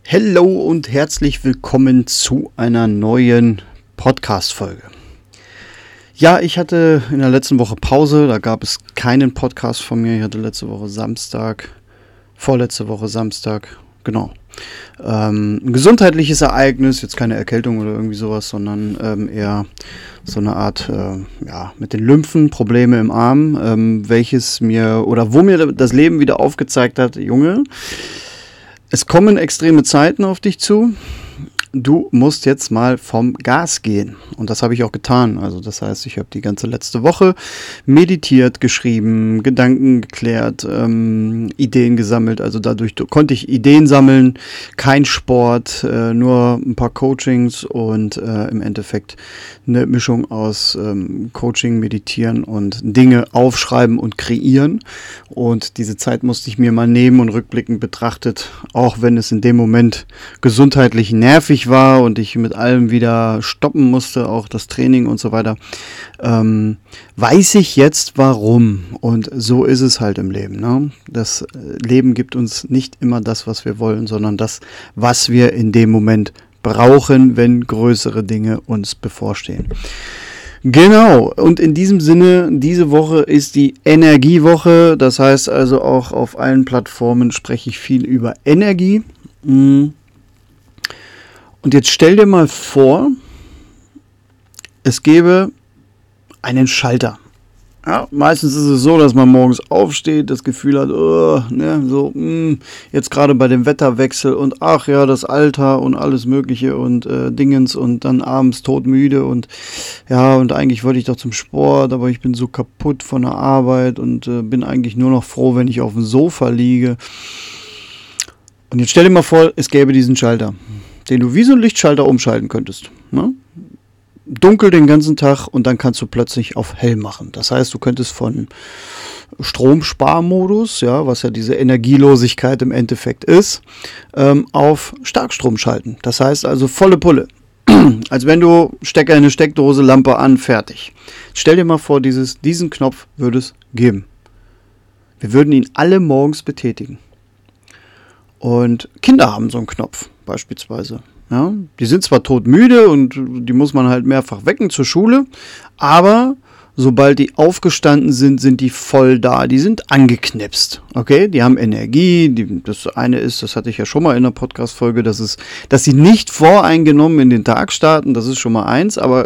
Hallo und herzlich willkommen zu einer neuen Podcast-Folge. Ja, ich hatte in der letzten Woche Pause, da gab es keinen Podcast von mir. Ich hatte vorletzte Woche Samstag, genau. Ein gesundheitliches Ereignis, jetzt keine Erkältung oder irgendwie sowas, sondern eher so eine Art, mit den Lymphen, Probleme im Arm, wo mir das Leben wieder aufgezeigt hat, Junge, es kommen extreme Zeiten auf dich zu. Du musst jetzt mal vom Gas gehen. Und das habe ich auch getan. Also das heißt, ich habe die ganze letzte Woche meditiert, geschrieben, Gedanken geklärt, Ideen gesammelt. Also dadurch konnte ich Ideen sammeln, kein Sport, nur ein paar Coachings und im Endeffekt eine Mischung aus Coaching, Meditieren und Dinge aufschreiben und kreieren. Und diese Zeit musste ich mir mal nehmen und rückblickend betrachtet, auch wenn es in dem Moment gesundheitlich nervig war und ich mit allem wieder stoppen musste, auch das Training und so weiter, weiß ich jetzt warum. Und so ist es halt im Leben, ne? Das Leben gibt uns nicht immer das, was wir wollen, sondern das, was wir in dem Moment brauchen, wenn größere Dinge uns bevorstehen. Genau, und in diesem Sinne, diese Woche ist die Energiewoche, das heißt also auch auf allen Plattformen spreche ich viel über Energie. Und jetzt stell dir mal vor, es gäbe einen Schalter. Ja, meistens ist es so, dass man morgens aufsteht, das Gefühl hat, jetzt gerade bei dem Wetterwechsel und das Alter und alles Mögliche und Dingens und dann abends todmüde und eigentlich wollte ich doch zum Sport, aber ich bin so kaputt von der Arbeit und bin eigentlich nur noch froh, wenn ich auf dem Sofa liege. Und jetzt stell dir mal vor, es gäbe diesen Schalter, den du wie so ein Lichtschalter umschalten könntest. Ne? Dunkel den ganzen Tag und dann kannst du plötzlich auf hell machen. Das heißt, du könntest von Stromsparmodus, was ja diese Energielosigkeit im Endeffekt ist, auf Starkstrom schalten. Das heißt also volle Pulle. Als wenn du Stecker in eine Steckdose, Lampe an, fertig. Stell dir mal vor, diesen Knopf würde es geben. Wir würden ihn alle morgens betätigen. Und Kinder haben so einen Knopf beispielsweise. Ja, die sind zwar todmüde und die muss man halt mehrfach wecken zur Schule, aber sobald die aufgestanden sind, sind die voll da. Die sind angeknipst. Okay, die haben Energie. Das eine ist, das hatte ich ja schon mal in der Podcast-Folge, dass sie nicht voreingenommen in den Tag starten. Das ist schon mal eins, aber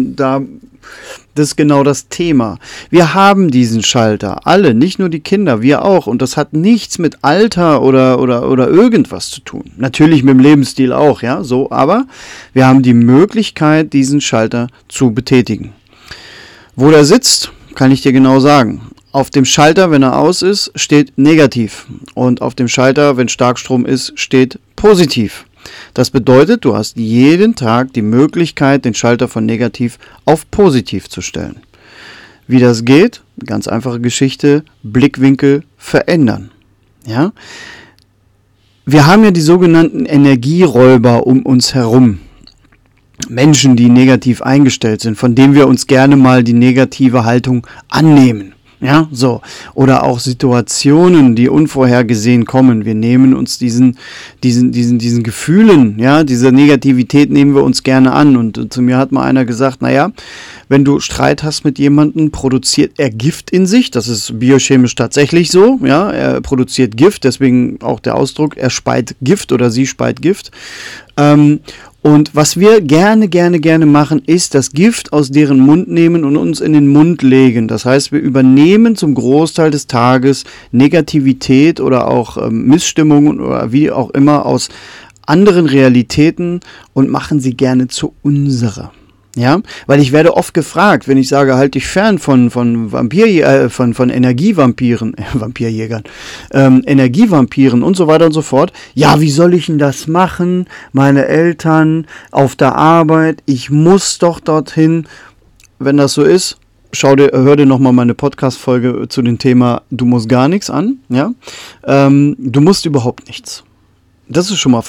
das ist genau das Thema. Wir haben diesen Schalter, alle, nicht nur die Kinder, wir auch. Und das hat nichts mit Alter oder irgendwas zu tun. Natürlich mit dem Lebensstil auch, aber wir haben die Möglichkeit, diesen Schalter zu betätigen. Wo der sitzt, kann ich dir genau sagen. Auf dem Schalter, wenn er aus ist, steht negativ. Und auf dem Schalter, wenn Starkstrom ist, steht positiv. Das bedeutet, du hast jeden Tag die Möglichkeit, den Schalter von negativ auf positiv zu stellen. Wie das geht? Ganz einfache Geschichte, Blickwinkel verändern. Ja? Wir haben ja die sogenannten Energieräuber um uns herum. Menschen, die negativ eingestellt sind, von denen wir uns gerne mal die negative Haltung annehmen. Ja, so. Oder auch Situationen, die unvorhergesehen kommen. Wir nehmen uns diesen Gefühlen, dieser Negativität nehmen wir uns gerne an. Und zu mir hat mal einer gesagt, wenn du Streit hast mit jemandem, produziert er Gift in sich. Das ist biochemisch tatsächlich so. Ja, er produziert Gift, deswegen auch der Ausdruck, er speit Gift oder sie speit Gift. Und was wir gerne machen, ist das Gift aus deren Mund nehmen und uns in den Mund legen. Das heißt, wir übernehmen zum Großteil des Tages Negativität oder auch Missstimmungen oder wie auch immer aus anderen Realitäten und machen sie gerne zu unserer. Ja, weil ich werde oft gefragt, wenn ich sage, halt dich fern von Energievampiren, Vampirjägern, Energievampiren und so weiter und so fort. Ja, wie soll ich denn das machen? Meine Eltern auf der Arbeit, ich muss doch dorthin. Wenn das so ist, hör dir nochmal meine Podcast-Folge zu dem Thema Du musst gar nichts an. Ja? Du musst überhaupt nichts. Das ist schon mal Fakt.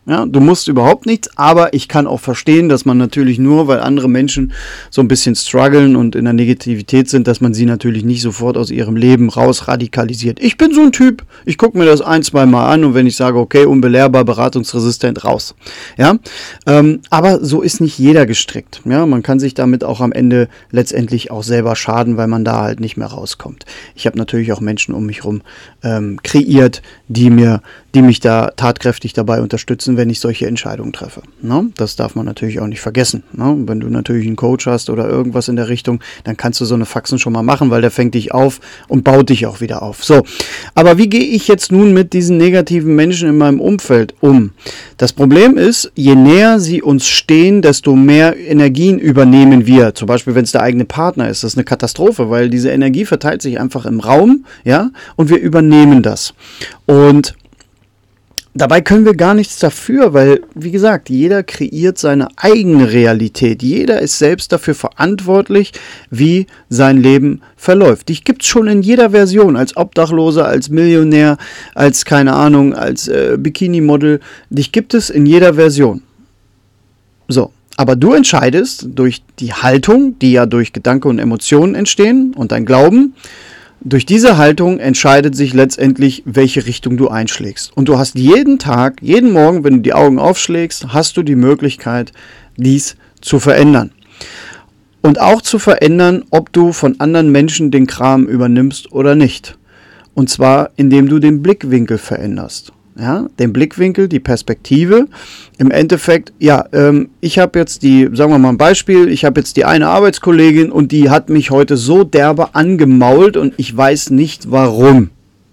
Ja, du musst überhaupt nichts, aber ich kann auch verstehen, dass man natürlich nur, weil andere Menschen so ein bisschen strugglen und in der Negativität sind, dass man sie natürlich nicht sofort aus ihrem Leben raus radikalisiert. Ich bin so ein Typ, ich gucke mir das 1-2 Mal an und wenn ich sage, okay, unbelehrbar, beratungsresistent, raus. Ja, aber so ist nicht jeder gestrickt. Ja, man kann sich damit auch am Ende letztendlich auch selber schaden, weil man da halt nicht mehr rauskommt. Ich habe natürlich auch Menschen um mich herum kreiert, die mich da tatkräftig dabei unterstützen, wenn ich solche Entscheidungen treffe. Ne? Das darf man natürlich auch nicht vergessen. Ne? Wenn du natürlich einen Coach hast oder irgendwas in der Richtung, dann kannst du so eine Faxen schon mal machen, weil der fängt dich auf und baut dich auch wieder auf. So, aber wie gehe ich jetzt nun mit diesen negativen Menschen in meinem Umfeld um? Das Problem ist, je näher sie uns stehen, desto mehr Energien übernehmen wir. Zum Beispiel, wenn es der eigene Partner ist, das ist eine Katastrophe, weil diese Energie verteilt sich einfach im Raum, ja, und wir übernehmen das. Und dabei können wir gar nichts dafür, weil, wie gesagt, jeder kreiert seine eigene Realität. Jeder ist selbst dafür verantwortlich, wie sein Leben verläuft. Dich gibt es schon in jeder Version, als Obdachloser, als Millionär, als, keine Ahnung, als Bikini-Model. Dich gibt es in jeder Version. So, aber du entscheidest durch die Haltung, die ja durch Gedanke und Emotionen entstehen und dein Glauben. Durch diese Haltung entscheidet sich letztendlich, welche Richtung du einschlägst. Und du hast jeden Tag, jeden Morgen, wenn du die Augen aufschlägst, hast du die Möglichkeit, dies zu verändern. Und auch zu verändern, ob du von anderen Menschen den Kram übernimmst oder nicht. Und zwar, indem du den Blickwinkel veränderst. Ja, den Blickwinkel, die Perspektive. Im Endeffekt, ja, ich habe jetzt sagen wir mal ein Beispiel, ich habe jetzt die eine Arbeitskollegin und die hat mich heute so derbe angemault und ich weiß nicht warum.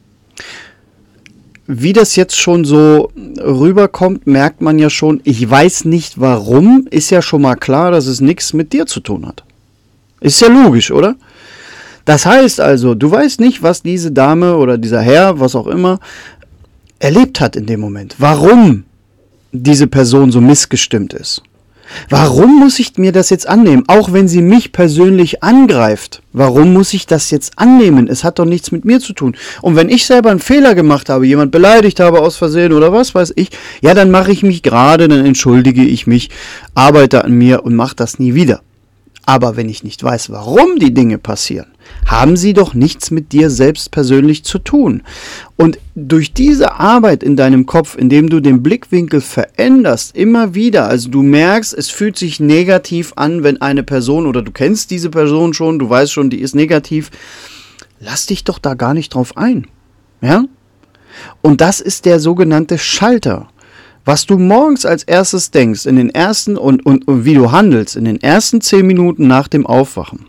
Wie das jetzt schon so rüberkommt, merkt man ja schon, ich weiß nicht warum, ist ja schon mal klar, dass es nichts mit dir zu tun hat. Ist ja logisch, oder? Das heißt also, du weißt nicht, was diese Dame oder dieser Herr, was auch immer, erlebt hat in dem Moment. Warum diese Person so missgestimmt ist. Warum muss ich mir das jetzt annehmen? Auch wenn sie mich persönlich angreift. Warum muss ich das jetzt annehmen? Es hat doch nichts mit mir zu tun. Und wenn ich selber einen Fehler gemacht habe, jemand beleidigt habe aus Versehen oder was weiß ich, ja, dann mache ich mich gerade, dann entschuldige ich mich, arbeite an mir und mache das nie wieder. Aber wenn ich nicht weiß, warum die Dinge passieren, haben sie doch nichts mit dir selbst persönlich zu tun. Und durch diese Arbeit in deinem Kopf, indem du den Blickwinkel veränderst, immer wieder, also du merkst, es fühlt sich negativ an, wenn eine Person, oder du kennst diese Person schon, du weißt schon, die ist negativ, lass dich doch da gar nicht drauf ein. Ja? Und das ist der sogenannte Schalter. Was du morgens als erstes denkst, in den ersten und wie du handelst, in den ersten 10 Minuten nach dem Aufwachen,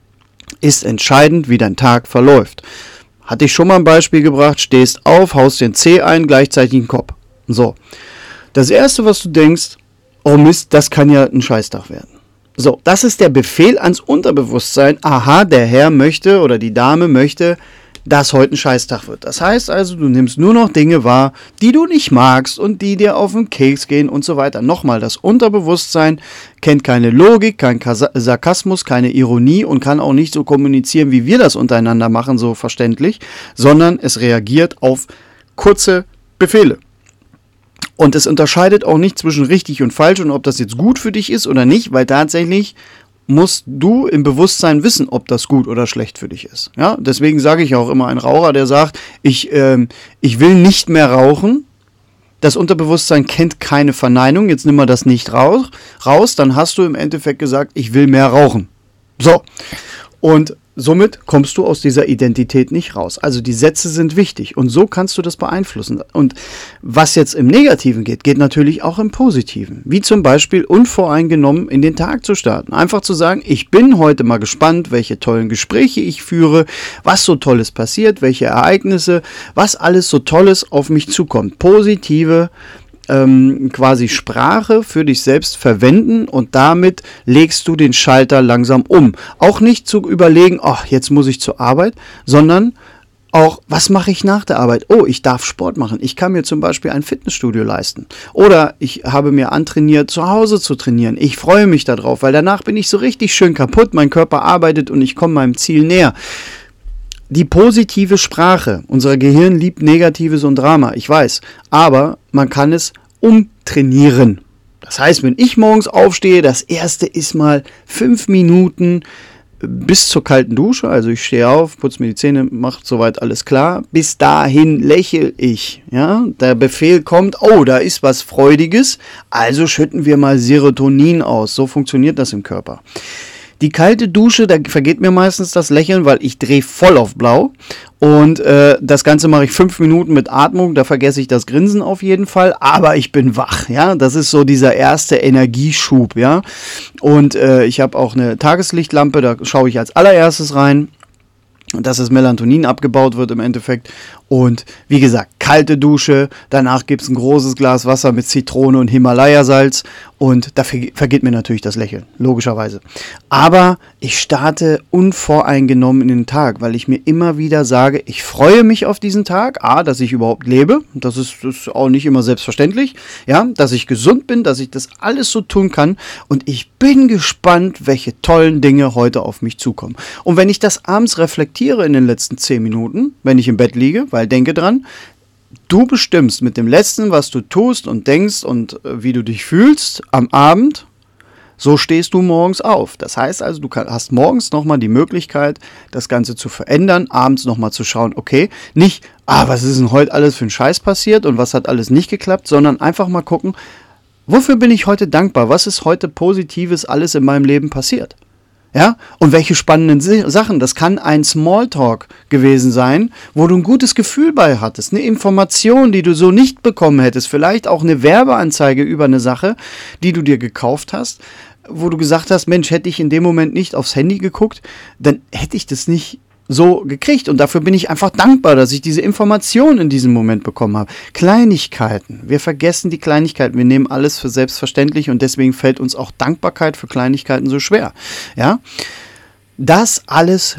ist entscheidend, wie dein Tag verläuft. Hatte ich schon mal ein Beispiel gebracht, stehst auf, haust den Zeh ein, gleichzeitig den Kopf. So, das erste, was du denkst, oh Mist, das kann ja ein Scheißtag werden. So, das ist der Befehl ans Unterbewusstsein, aha, der Herr möchte oder die Dame möchte, dass heute ein Scheißtag wird. Das heißt also, du nimmst nur noch Dinge wahr, die du nicht magst und die dir auf den Keks gehen und so weiter. Nochmal, das Unterbewusstsein kennt keine Logik, kein Sarkasmus, keine Ironie und kann auch nicht so kommunizieren, wie wir das untereinander machen, so verständlich, sondern es reagiert auf kurze Befehle. Und es unterscheidet auch nicht zwischen richtig und falsch und ob das jetzt gut für dich ist oder nicht, weil tatsächlich musst du im Bewusstsein wissen, ob das gut oder schlecht für dich ist. Ja? Deswegen sage ich auch immer, ein Raucher, der sagt, ich will nicht mehr rauchen, das Unterbewusstsein kennt keine Verneinung, jetzt nimm mal das nicht raus, dann hast du im Endeffekt gesagt, ich will mehr rauchen. So, und somit kommst du aus dieser Identität nicht raus. Also die Sätze sind wichtig und so kannst du das beeinflussen. Und was jetzt im Negativen geht, geht natürlich auch im Positiven. Wie zum Beispiel unvoreingenommen in den Tag zu starten. Einfach zu sagen, ich bin heute mal gespannt, welche tollen Gespräche ich führe, was so Tolles passiert, welche Ereignisse, was alles so Tolles auf mich zukommt. Positive quasi Sprache für dich selbst verwenden und damit legst du den Schalter langsam um. Auch nicht zu überlegen, ach, jetzt muss ich zur Arbeit, sondern auch, was mache ich nach der Arbeit? Oh, ich darf Sport machen. Ich kann mir zum Beispiel ein Fitnessstudio leisten. Oder ich habe mir antrainiert, zu Hause zu trainieren. Ich freue mich darauf, weil danach bin ich so richtig schön kaputt. Mein Körper arbeitet und ich komme meinem Ziel näher. Die positive Sprache, unser Gehirn liebt Negatives und Drama, ich weiß, aber man kann es trainieren. Das heißt, wenn ich morgens aufstehe, das erste ist mal 5 Minuten bis zur kalten Dusche. Also ich stehe auf, putze mir die Zähne, macht soweit alles klar. Bis dahin lächle ich. Ja? Der Befehl kommt, oh, da ist was Freudiges, also schütten wir mal Serotonin aus. So funktioniert das im Körper. Die kalte Dusche, da vergeht mir meistens das Lächeln, weil ich drehe voll auf blau. Und das Ganze mache ich 5 Minuten mit Atmung, da vergesse ich das Grinsen auf jeden Fall, aber ich bin wach, ja, das ist so dieser erste Energieschub, ja. Und ich habe auch eine Tageslichtlampe, da schaue ich als allererstes rein, dass das Melatonin abgebaut wird im Endeffekt. Und wie gesagt, kalte Dusche, danach gibt es ein großes Glas Wasser mit Zitrone und Himalaya-Salz und da vergeht mir natürlich das Lächeln, logischerweise. Aber ich starte unvoreingenommen in den Tag, weil ich mir immer wieder sage, ich freue mich auf diesen Tag, dass ich überhaupt lebe, das ist auch nicht immer selbstverständlich, ja, dass ich gesund bin, dass ich das alles so tun kann und ich bin gespannt, welche tollen Dinge heute auf mich zukommen. Und wenn ich das abends reflektiere in den letzten 10 Minuten, wenn ich im Bett liege, weil denke dran, du bestimmst mit dem Letzten, was du tust und denkst und wie du dich fühlst am Abend, so stehst du morgens auf. Das heißt also, du hast morgens nochmal die Möglichkeit, das Ganze zu verändern, abends nochmal zu schauen, okay, nicht, was ist denn heute alles für ein Scheiß passiert und was hat alles nicht geklappt, sondern einfach mal gucken, wofür bin ich heute dankbar, was ist heute Positives alles in meinem Leben passiert. Ja, und welche spannenden Sachen. Das kann ein Smalltalk gewesen sein, wo du ein gutes Gefühl bei hattest. Eine Information, die du so nicht bekommen hättest. Vielleicht auch eine Werbeanzeige über eine Sache, die du dir gekauft hast, wo du gesagt hast, Mensch, hätte ich in dem Moment nicht aufs Handy geguckt, dann hätte ich das nicht so gekriegt. Und dafür bin ich einfach dankbar, dass ich diese Information in diesem Moment bekommen habe. Kleinigkeiten. Wir vergessen die Kleinigkeiten. Wir nehmen alles für selbstverständlich und deswegen fällt uns auch Dankbarkeit für Kleinigkeiten so schwer. Ja? Das alles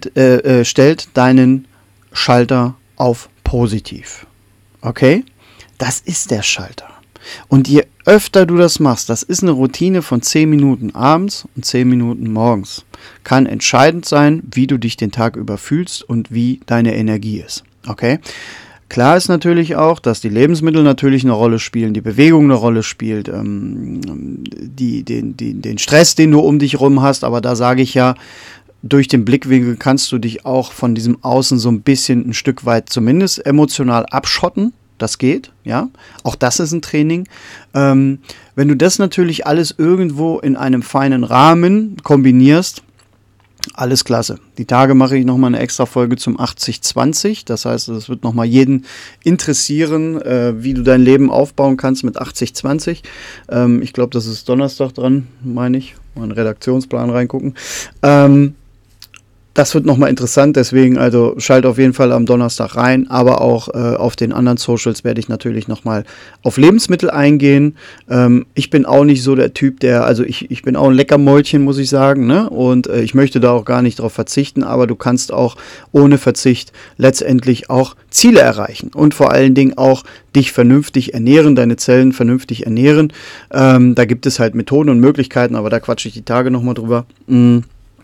stellt deinen Schalter auf positiv. Okay? Das ist der Schalter. Und je öfter du das machst, das ist eine Routine von 10 Minuten abends und 10 Minuten morgens, kann entscheidend sein, wie du dich den Tag über fühlst und wie deine Energie ist. Okay? Klar ist natürlich auch, dass die Lebensmittel natürlich eine Rolle spielen, die Bewegung eine Rolle spielt, den Stress, den du um dich herum hast, aber da sage ich ja, durch den Blickwinkel kannst du dich auch von diesem Außen so ein bisschen ein Stück weit zumindest emotional abschotten. Das geht, ja. Auch das ist ein Training. Wenn du das natürlich alles irgendwo in einem feinen Rahmen kombinierst, alles klasse. Die Tage mache ich nochmal eine extra Folge zum 80-20. Das heißt, es wird nochmal jeden interessieren, wie du dein Leben aufbauen kannst mit 80-20. Ich glaube, das ist Donnerstag dran, meine ich. Mal in den Redaktionsplan reingucken. Das wird nochmal interessant, deswegen also schalt auf jeden Fall am Donnerstag rein, aber auch auf den anderen Socials werde ich natürlich nochmal auf Lebensmittel eingehen. Ich bin auch nicht so der Typ, ich bin auch ein Leckermäulchen, muss ich sagen, ne? Und ich möchte da auch gar nicht drauf verzichten, aber du kannst auch ohne Verzicht letztendlich auch Ziele erreichen und vor allen Dingen auch dich vernünftig ernähren, deine Zellen vernünftig ernähren. Da gibt es halt Methoden und Möglichkeiten, aber da quatsche ich die Tage nochmal drüber. Um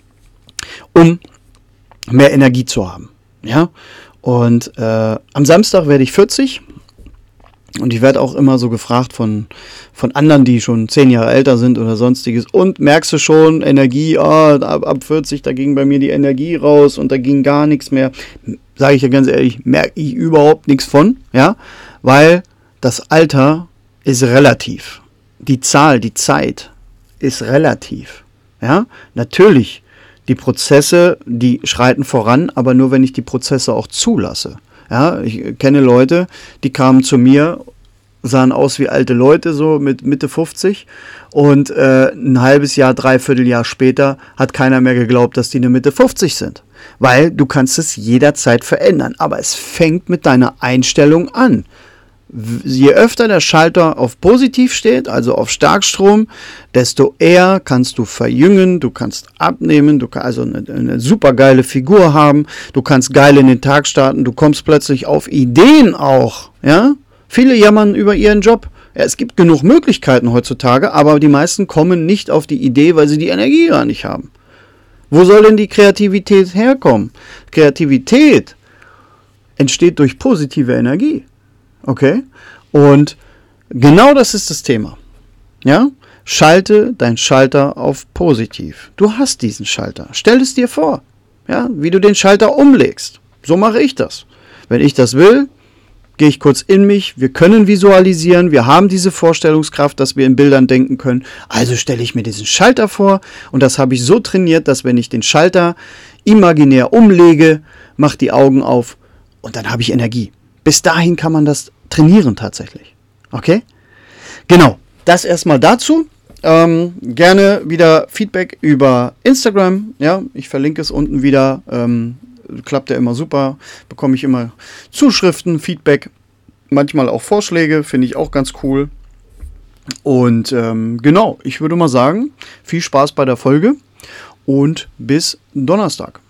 mehr Energie zu haben. Ja? Und am Samstag werde ich 40 und ich werde auch immer so gefragt von anderen, die schon 10 Jahre älter sind oder sonstiges. Und merkst du schon, Energie, ab 40, da ging bei mir die Energie raus und da ging gar nichts mehr. Sage ich ja ganz ehrlich, merke ich überhaupt nichts von, ja, weil das Alter ist relativ. Die Zeit ist relativ. Ja, natürlich. Die Prozesse, die schreiten voran, aber nur, wenn ich die Prozesse auch zulasse. Ja, ich kenne Leute, die kamen zu mir, sahen aus wie alte Leute, so mit Mitte 50 und ein halbes Jahr, 3/4 Jahr später hat keiner mehr geglaubt, dass die eine Mitte 50 sind. Weil du kannst es jederzeit verändern, aber es fängt mit deiner Einstellung an. Je öfter der Schalter auf positiv steht, also auf Starkstrom, desto eher kannst du verjüngen, du kannst abnehmen, du kannst also eine super geile Figur haben, du kannst geil in den Tag starten, du kommst plötzlich auf Ideen auch, ja? Viele jammern über ihren Job. Ja, es gibt genug Möglichkeiten heutzutage, aber die meisten kommen nicht auf die Idee, weil sie die Energie gar nicht haben. Wo soll denn die Kreativität herkommen? Kreativität entsteht durch positive Energie. Okay? Und Genau das ist das Thema. Ja? Schalte deinen Schalter auf positiv. Du hast diesen Schalter. Stell es dir vor, ja, wie du den Schalter umlegst. So mache ich das. Wenn ich das will, gehe ich kurz in mich. Wir können visualisieren. Wir haben diese Vorstellungskraft, dass wir in Bildern denken können. Also stelle ich mir diesen Schalter vor. Und das habe ich so trainiert, dass wenn ich den Schalter imaginär umlege, mache die Augen auf und dann habe ich Energie. Bis dahin kann man das trainieren tatsächlich. Okay? Genau. Das erstmal dazu. Gerne wieder Feedback über Instagram. Ja, ich verlinke es unten wieder. Klappt ja immer super. Bekomme ich immer Zuschriften, Feedback, manchmal auch Vorschläge. Finde ich auch ganz cool. Und genau, ich würde mal sagen, viel Spaß bei der Folge und bis Donnerstag.